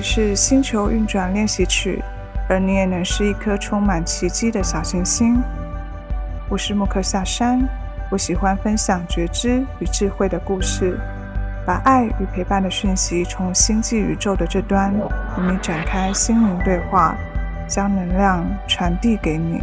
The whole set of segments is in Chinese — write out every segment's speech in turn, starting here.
是星球运转练习曲，而你也能是一颗充满奇迹的小行星。我是莫克夏山，我喜欢分享觉知与智慧的故事，把爱与陪伴的讯息从星际宇宙的这端与你展开心灵对话，将能量传递给你。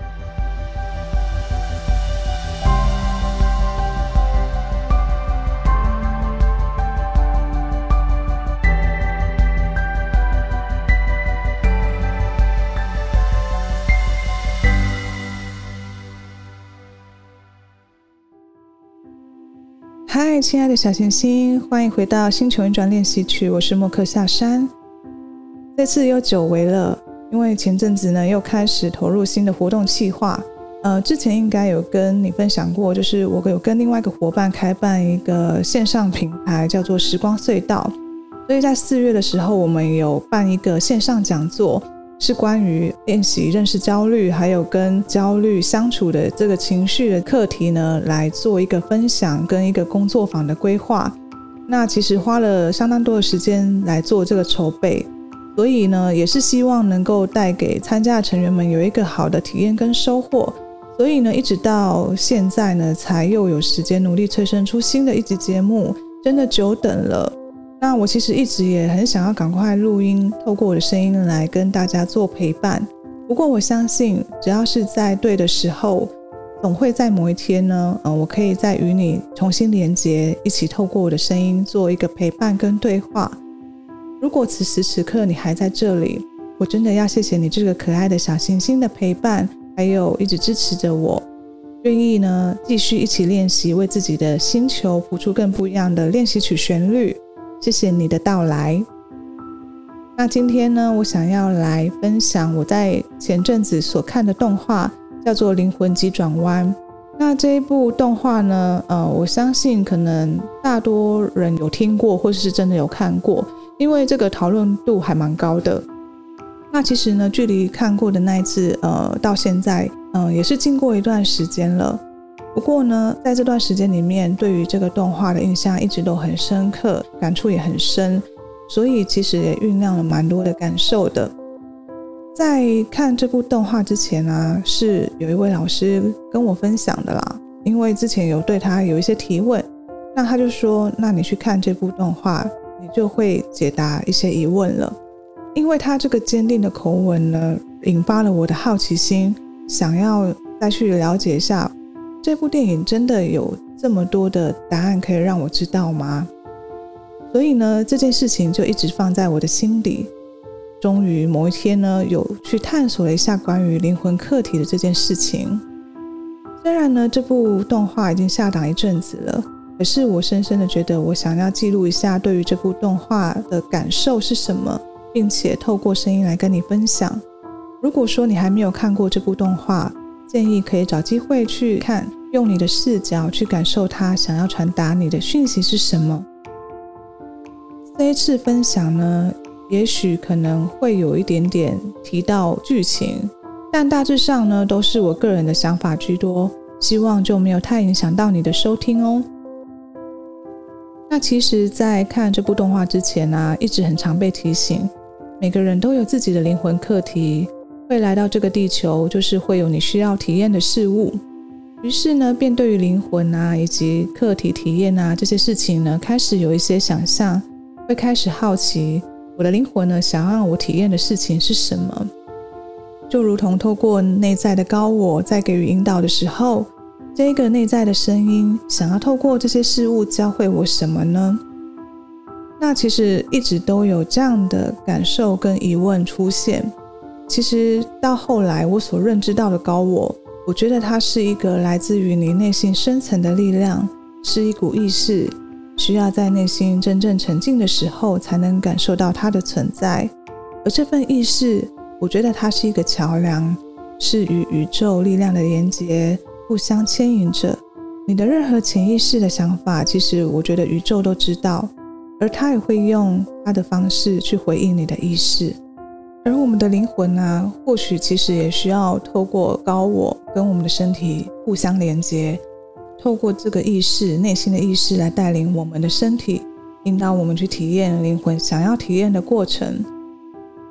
嗨，亲爱的小行星，欢迎回到星球运转练习曲，我是莫克夏山。这次又久违了，因为前阵子呢又开始投入新的活动企划。之前应该有跟你分享过，就是我有跟另外一个伙伴开办一个线上平台，叫做时光隧道。所以在4月的时候，我们有办一个线上讲座，是关于练习认识焦虑，还有跟焦虑相处的这个情绪的课题呢，来做一个分享跟一个工作坊的规划。那其实花了相当多的时间来做这个筹备，所以呢，也是希望能够带给参加的成员们有一个好的体验跟收获。所以呢，一直到现在呢，才又有时间努力催生出新的一集节目，真的久等了。那我其实一直也很想要赶快录音，透过我的声音来跟大家做陪伴。不过我相信，只要是在对的时候，总会在某一天呢，我可以再与你重新连结，一起透过我的声音做一个陪伴跟对话。如果此时此刻你还在这里，我真的要谢谢你这个可爱的小行星的陪伴，还有一直支持着我，愿意呢继续一起练习，为自己的星球谱出更不一样的练习曲旋律。谢谢你的到来。那今天呢，我想要来分享我在前阵子所看的动画，叫做《灵魂急转弯》。那这一部动画呢，我相信可能大多人有听过，或是真的有看过，因为这个讨论度还蛮高的。那其实呢，距离看过的那一次，到现在，也是经过一段时间了。不过呢，在这段时间里面，对于这个动画的印象一直都很深刻，感触也很深，所以其实也酝酿了蛮多的感受的。在看这部动画之前啊，是有一位老师跟我分享的啦，因为之前有对他有一些提问，那他就说，那你去看这部动画，你就会解答一些疑问了。因为他这个坚定的口吻呢，引发了我的好奇心，想要再去了解一下，这部电影真的有这么多的答案可以让我知道吗？所以呢，这件事情就一直放在我的心里。终于某一天呢，有去探索了一下关于灵魂课题的这件事情。虽然呢，这部动画已经下档一阵子了，可是我深深的觉得我想要记录一下对于这部动画的感受是什么，并且透过声音来跟你分享。如果说你还没有看过这部动画，建议可以找机会去看，用你的视角去感受它想要传达你的讯息是什么。这一次分享呢，也许可能会有一点点提到剧情，但大致上呢，都是我个人的想法居多，希望就没有太影响到你的收听哦。那其实在看这部动画之前啊，一直很常被提醒，每个人都有自己的灵魂课题，会来到这个地球，就是会有你需要体验的事物。于是呢，便对于灵魂啊，以及课题体验啊这些事情呢，开始有一些想象，会开始好奇，我的灵魂呢，想让我体验的事情是什么？就如同透过内在的高我在给予引导的时候，这个内在的声音想要透过这些事物教会我什么呢？那其实一直都有这样的感受跟疑问出现。其实到后来我所认知到的高我觉得它是一个来自于你内心深层的力量，是一股意识，需要在内心真正沉静的时候才能感受到它的存在。而这份意识，我觉得它是一个桥梁，是与宇宙力量的连结，互相牵引着。你的任何潜意识的想法，其实我觉得宇宙都知道，而它也会用它的方式去回应你的意识。而我们的灵魂啊，或许其实也需要透过高我跟我们的身体互相连接，透过这个意识，内心的意识来带领我们的身体，引导我们去体验灵魂想要体验的过程，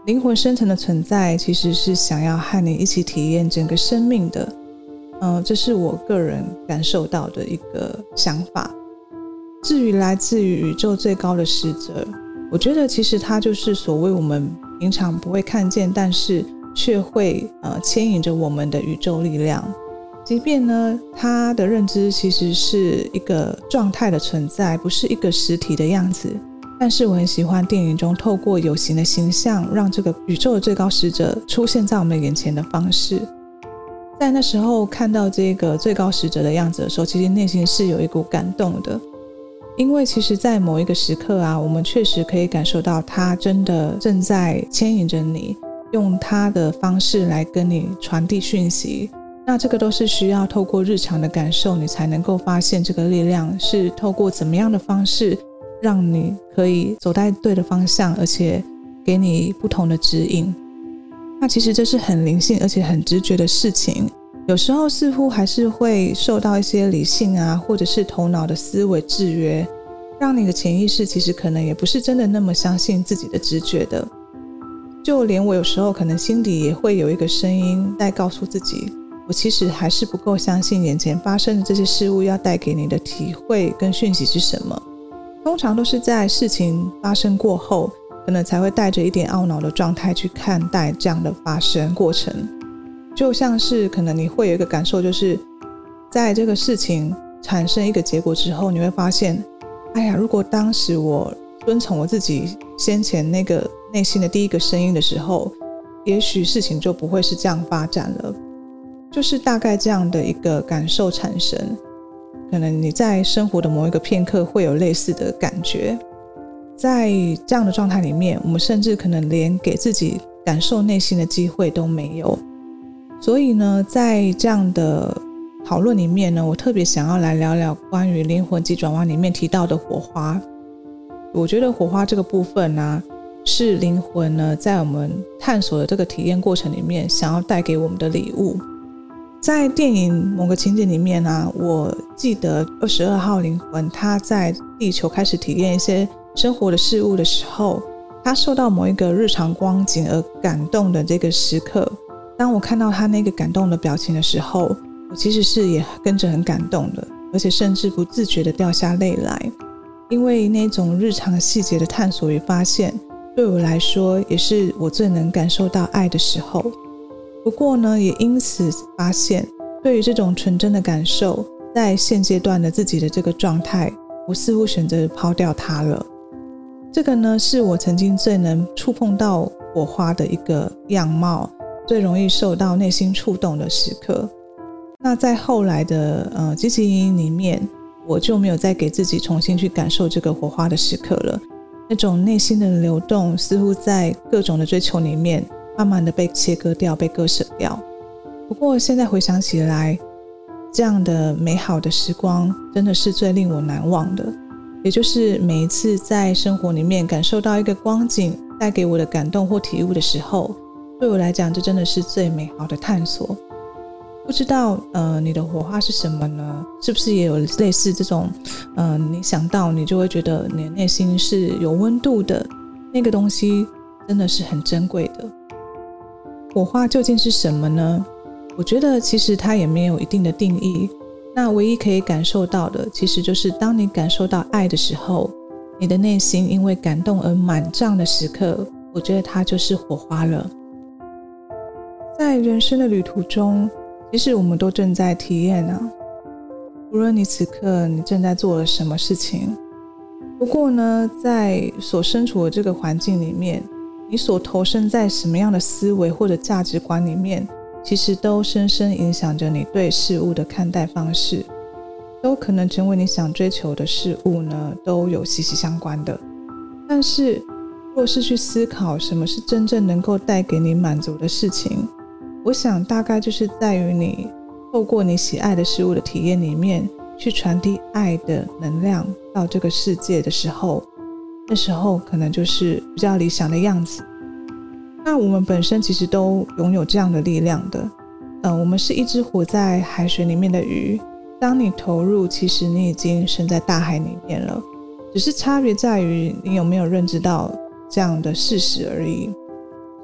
灵魂深层的存在其实是想要和你一起体验整个生命的。这是我个人感受到的一个想法。至于来自于宇宙最高的使者，我觉得其实它就是所谓我们平常不会看见，但是却会牵引着我们的宇宙力量。即便呢，它的认知其实是一个状态的存在，不是一个实体的样子，但是我很喜欢电影中透过有形的形象，让这个宇宙的最高使者出现在我们眼前的方式。在那时候看到这个最高使者的样子的时候，其实内心是有一股感动的。因为其实在某一个时刻啊，我们确实可以感受到他真的正在牵引着你，用他的方式来跟你传递讯息。那这个都是需要透过日常的感受，你才能够发现这个力量是透过怎么样的方式让你可以走在对的方向，而且给你不同的指引。那其实这是很灵性而且很直觉的事情，有时候似乎还是会受到一些理性啊，或者是头脑的思维制约，让你的潜意识其实可能也不是真的那么相信自己的直觉的。就连我有时候可能心底也会有一个声音在告诉自己，我其实还是不够相信眼前发生的这些事物要带给你的体会跟讯息是什么。通常都是在事情发生过后，可能才会带着一点懊恼的状态去看待这样的发生过程。就像是可能你会有一个感受，就是在这个事情产生一个结果之后，你会发现，哎呀，如果当时我遵从我自己先前那个内心的第一个声音的时候，也许事情就不会是这样发展了。就是大概这样的一个感受产生，可能你在生活的某一个片刻会有类似的感觉。在这样的状态里面，我们甚至可能连给自己感受内心的机会都没有。所以呢，在这样的讨论里面呢，我特别想要来聊聊关于灵魂急转弯里面提到的火花。我觉得火花这个部分呢，是灵魂呢在我们探索的这个体验过程里面想要带给我们的礼物。在电影某个情节里面啊，我记得22号灵魂他在地球开始体验一些生活的事物的时候，他受到某一个日常光景而感动的这个时刻，当我看到他那个感动的表情的时候，我其实是也跟着很感动的，而且甚至不自觉的掉下泪来。因为那种日常细节的探索与发现，对我来说也是我最能感受到爱的时候。不过呢，也因此发现，对于这种纯真的感受，在现阶段的自己的这个状态，我似乎选择抛掉它了。这个呢，是我曾经最能触碰到火花的一个样貌，最容易受到内心触动的时刻。那在后来的积极营里面，我就没有再给自己重新去感受这个火花的时刻了。那种内心的流动，似乎在各种的追求里面，慢慢的被切割掉，被割舍掉。不过现在回想起来，这样的美好的时光真的是最令我难忘的。也就是每一次在生活里面感受到一个光景带给我的感动或体悟的时候，对我来讲这真的是最美好的探索。不知道你的火花是什么呢？是不是也有类似这种你想到你就会觉得你的内心是有温度的，那个东西真的是很珍贵的。火花究竟是什么呢？我觉得其实它也没有一定的定义，那唯一可以感受到的，其实就是当你感受到爱的时候，你的内心因为感动而满胀的时刻，我觉得它就是火花了。在人生的旅途中，其实我们都正在体验啊，无论你此刻你正在做了什么事情。不过呢，在所身处的这个环境里面，你所投身在什么样的思维或者价值观里面，其实都深深影响着你对事物的看待方式，都可能成为你想追求的事物呢，都有息息相关的。但是若是去思考什么是真正能够带给你满足的事情，我想大概就是在于你透过你喜爱的事物的体验里面，去传递爱的能量到这个世界的时候，那时候可能就是比较理想的样子。那我们本身其实都拥有这样的力量的，我们是一只活在海水里面的鱼，当你投入，其实你已经身在大海里面了，只是差别在于你有没有认知到这样的事实而已。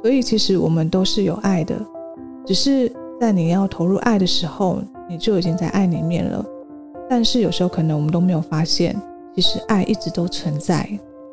所以其实我们都是有爱的，只是在你要投入爱的时候，你就已经在爱里面了。但是有时候可能我们都没有发现，其实爱一直都存在。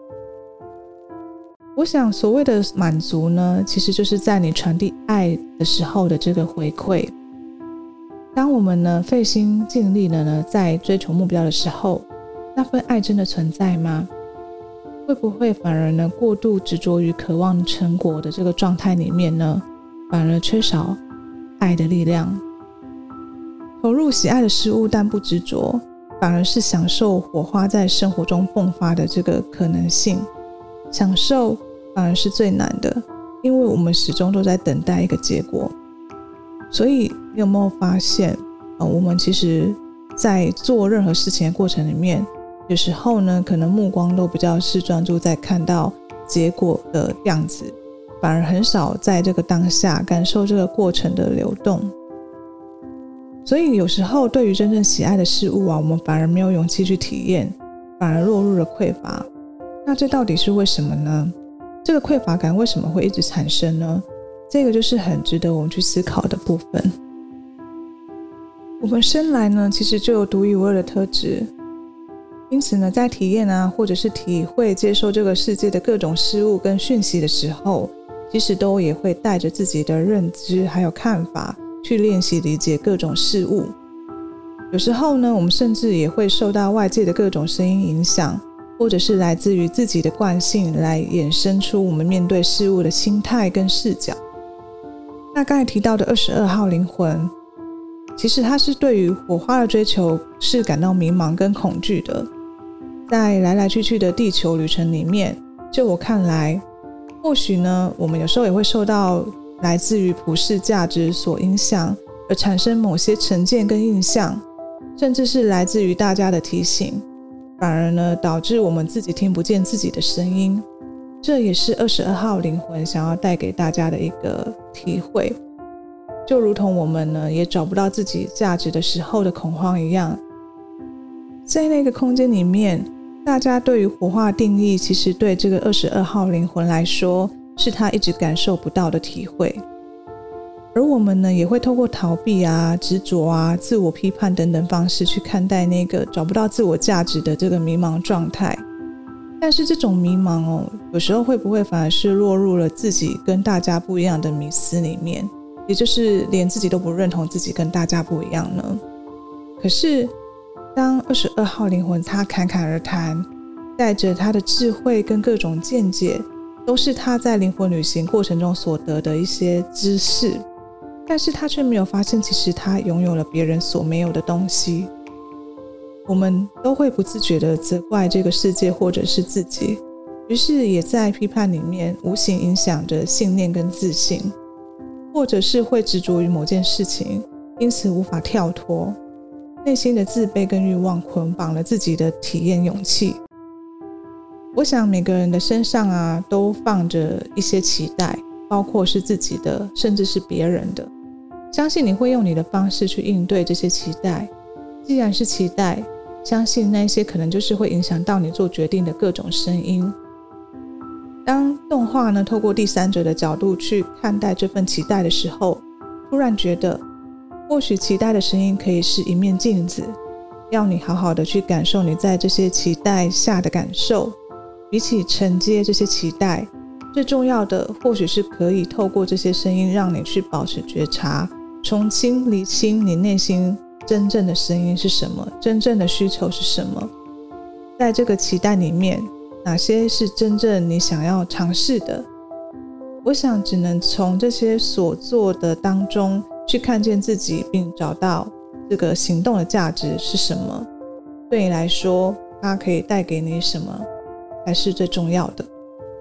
我想所谓的满足呢，其实就是在你传递爱的时候的这个回馈。当我们呢费心尽力了呢，在追求目标的时候，那份爱真的存在吗？会不会反而呢过度执着于渴望成果的这个状态里面呢，反而缺少爱的力量？投入喜爱的事物但不执着，反而是享受火花在生活中迸发的这个可能性。享受反而是最难的，因为我们始终都在等待一个结果。所以你有没有发现，我们其实在做任何事情的过程里面，有时候呢可能目光都比较是专注在看到结果的样子，反而很少在这个当下感受这个过程的流动。所以有时候对于真正喜爱的事物我们反而没有勇气去体验，反而落入了匮乏。那这到底是为什么呢？这个匮乏感为什么会一直产生呢？这个就是很值得我们去思考的部分。我们生来呢其实就有独一无二的特质，因此呢在体验或者是体会接受这个世界的各种事物跟讯息的时候，其实都也会带着自己的认知还有看法去练习理解各种事物。有时候呢我们甚至也会受到外界的各种声音影响，或者是来自于自己的惯性来衍生出我们面对事物的心态跟视角。那刚才提到的22号灵魂，其实它是对于火花的追求是感到迷茫跟恐惧的。在来来去去的地球旅程里面，就我看来，或许呢我们有时候也会受到来自于普世价值所影响，而产生某些成见跟印象，甚至是来自于大家的提醒，反而呢导致我们自己听不见自己的声音。这也是22号灵魂想要带给大家的一个体会，就如同我们呢也找不到自己价值的时候的恐慌一样。在那个空间里面，大家对于火花的定义，其实对这个22号灵魂来说是他一直感受不到的体会。而我们呢也会透过逃避执着自我批判等等方式去看待那个找不到自我价值的这个迷茫状态。但是这种迷茫有时候会不会反而是落入了自己跟大家不一样的迷思里面，也就是连自己都不认同自己跟大家不一样呢？可是当22号灵魂他侃侃而谈，带着他的智慧跟各种见解，都是他在灵魂旅行过程中所得的一些知识，但是他却没有发现其实他拥有了别人所没有的东西。我们都会不自觉地责怪这个世界或者是自己，于是也在批判里面无形影响着信念跟自信，或者是会执着于某件事情，因此无法跳脱，内心的自卑跟欲望捆绑了自己的体验勇气。我想每个人的身上都放着一些期待，包括是自己的甚至是别人的，相信你会用你的方式去应对这些期待。既然是期待，相信那些可能就是会影响到你做决定的各种声音。当动画呢透过第三者的角度去看待这份期待的时候，突然觉得或许期待的声音可以是一面镜子，要你好好的去感受你在这些期待下的感受。比起承接这些期待，最重要的或许是可以透过这些声音让你去保持觉察，重新厘清你内心真正的声音是什么，真正的需求是什么。在这个期待里面，哪些是真正你想要尝试的？我想只能从这些所做的当中去看见自己，并找到这个行动的价值是什么。对你来说，它可以带给你什么才是最重要的。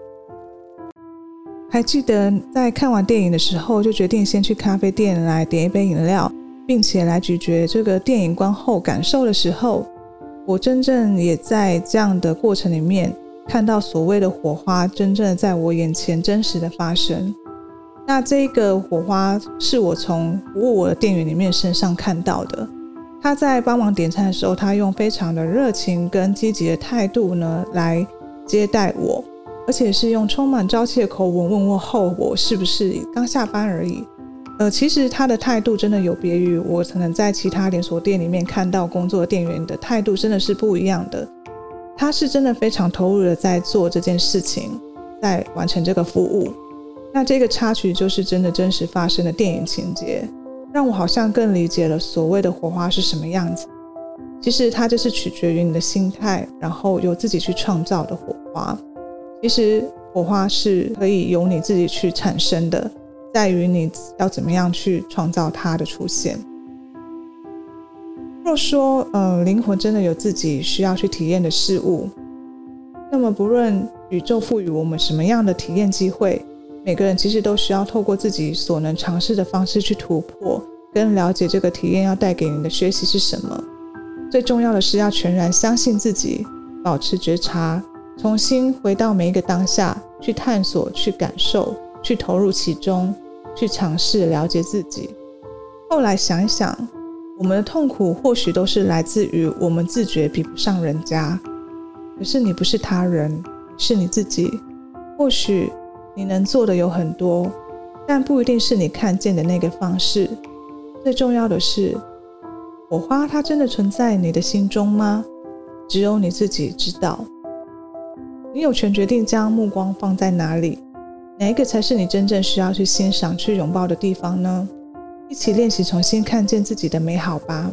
还记得在看完电影的时候，就决定先去咖啡店来点一杯饮料，并且来咀嚼这个电影观后感受的时候，我真正也在这样的过程里面看到所谓的火花真正的在我眼前真实的发生。那这个火花是我从服务我的店员里面身上看到的。他在帮忙点餐的时候，他用非常的热情跟积极的态度呢来接待我， 而且是用充满朝气的口吻问我后我是不是刚下班而已。其实他的态度真的有别于我可能在其他连锁店里面看到工作的店员的态度真的是不一样的。他是真的非常投入的在做这件事情，在完成这个服务。那这个插曲就是真的真实发生的电影情节，让我好像更理解了所谓的火花是什么样子。其实它就是取决于你的心态，然后由自己去创造的火花。其实火花是可以由你自己去产生的，在于你要怎么样去创造它的出现。若说灵魂真的有自己需要去体验的事物，那么不论宇宙赋予我们什么样的体验机会，每个人其实都需要透过自己所能尝试的方式去突破，跟了解这个体验要带给你的学习是什么。最重要的是要全然相信自己，保持觉察，重新回到每一个当下，去探索，去感受，去投入其中，去尝试了解自己。后来想一想，我们的痛苦或许都是来自于我们自觉比不上人家，可是你不是他人，是你自己。或许你能做的有很多，但不一定是你看见的那个方式。最重要的是，火花它真的存在你的心中吗？只有你自己知道。你有权决定将目光放在哪里，哪一个才是你真正需要去欣赏、去拥抱的地方呢？一起练习重新看见自己的美好吧。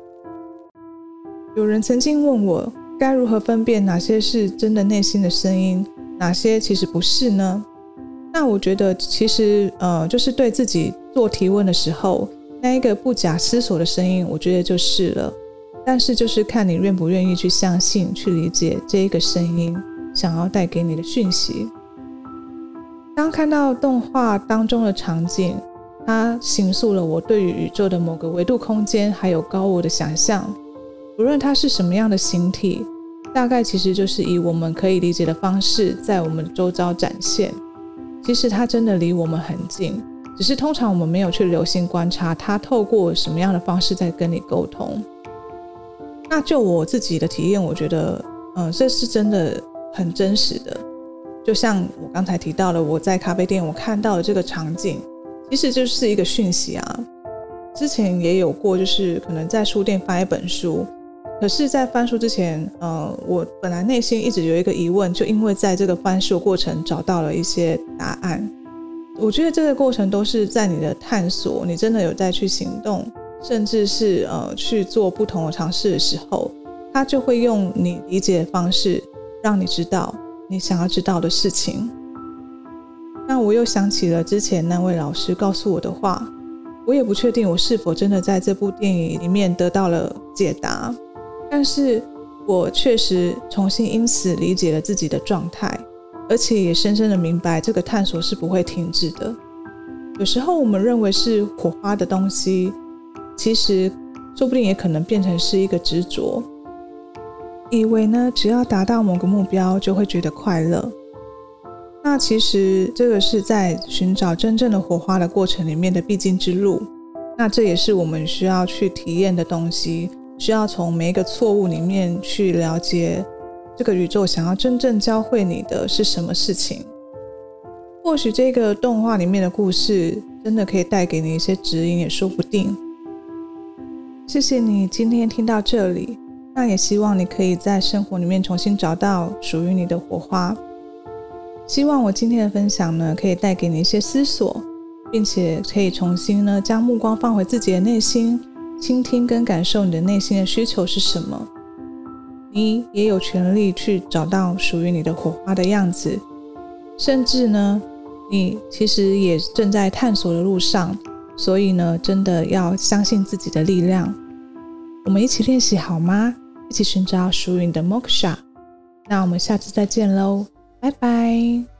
有人曾经问我，该如何分辨哪些是真的内心的声音，哪些其实不是呢？那我觉得其实就是对自己做提问的时候，那一个不假思索的声音，我觉得就是了。但是就是看你愿不愿意去相信、去理解这一个声音想要带给你的讯息。当看到动画当中的场景，它形塑了我对于宇宙的某个维度空间还有高我的想象。无论它是什么样的形体，大概其实就是以我们可以理解的方式在我们周遭展现。其实它真的离我们很近，只是通常我们没有去留心观察它透过什么样的方式在跟你沟通。那就我自己的体验，我觉得这是真的很真实的。就像我刚才提到了，我在咖啡店我看到的这个场景，其实就是一个讯息啊。之前也有过，就是可能在书店翻一本书，可是在翻书之前我本来内心一直有一个疑问，就因为在这个翻书过程找到了一些答案。我觉得这个过程都是在你的探索，你真的有在去行动，甚至是去做不同的尝试的时候，它就会用你理解的方式让你知道你想要知道的事情。那我又想起了之前那位老师告诉我的话，我也不确定我是否真的在这部电影里面得到了解答，但是我确实重新因此理解了自己的状态，而且也深深的明白这个探索是不会停止的。有时候我们认为是火花的东西，其实说不定也可能变成是一个执着，以为呢只要达到某个目标就会觉得快乐。那其实这个是在寻找真正的火花的过程里面的必经之路，那这也是我们需要去体验的东西，需要从每一个错误里面去了解这个宇宙想要真正教会你的是什么事情。或许这个动画里面的故事真的可以带给你一些指引也说不定。谢谢你今天听到这里，那也希望你可以在生活里面重新找到属于你的火花。希望我今天的分享呢，可以带给你一些思索，并且可以重新呢将目光放回自己的内心，倾听跟感受你的内心的需求是什么。你也有权利去找到属于你的火花的样子，甚至呢你其实也正在探索的路上，所以呢真的要相信自己的力量。我们一起练习好吗？一起寻找属于你的 Moksha。那我们下次再见咯，拜拜。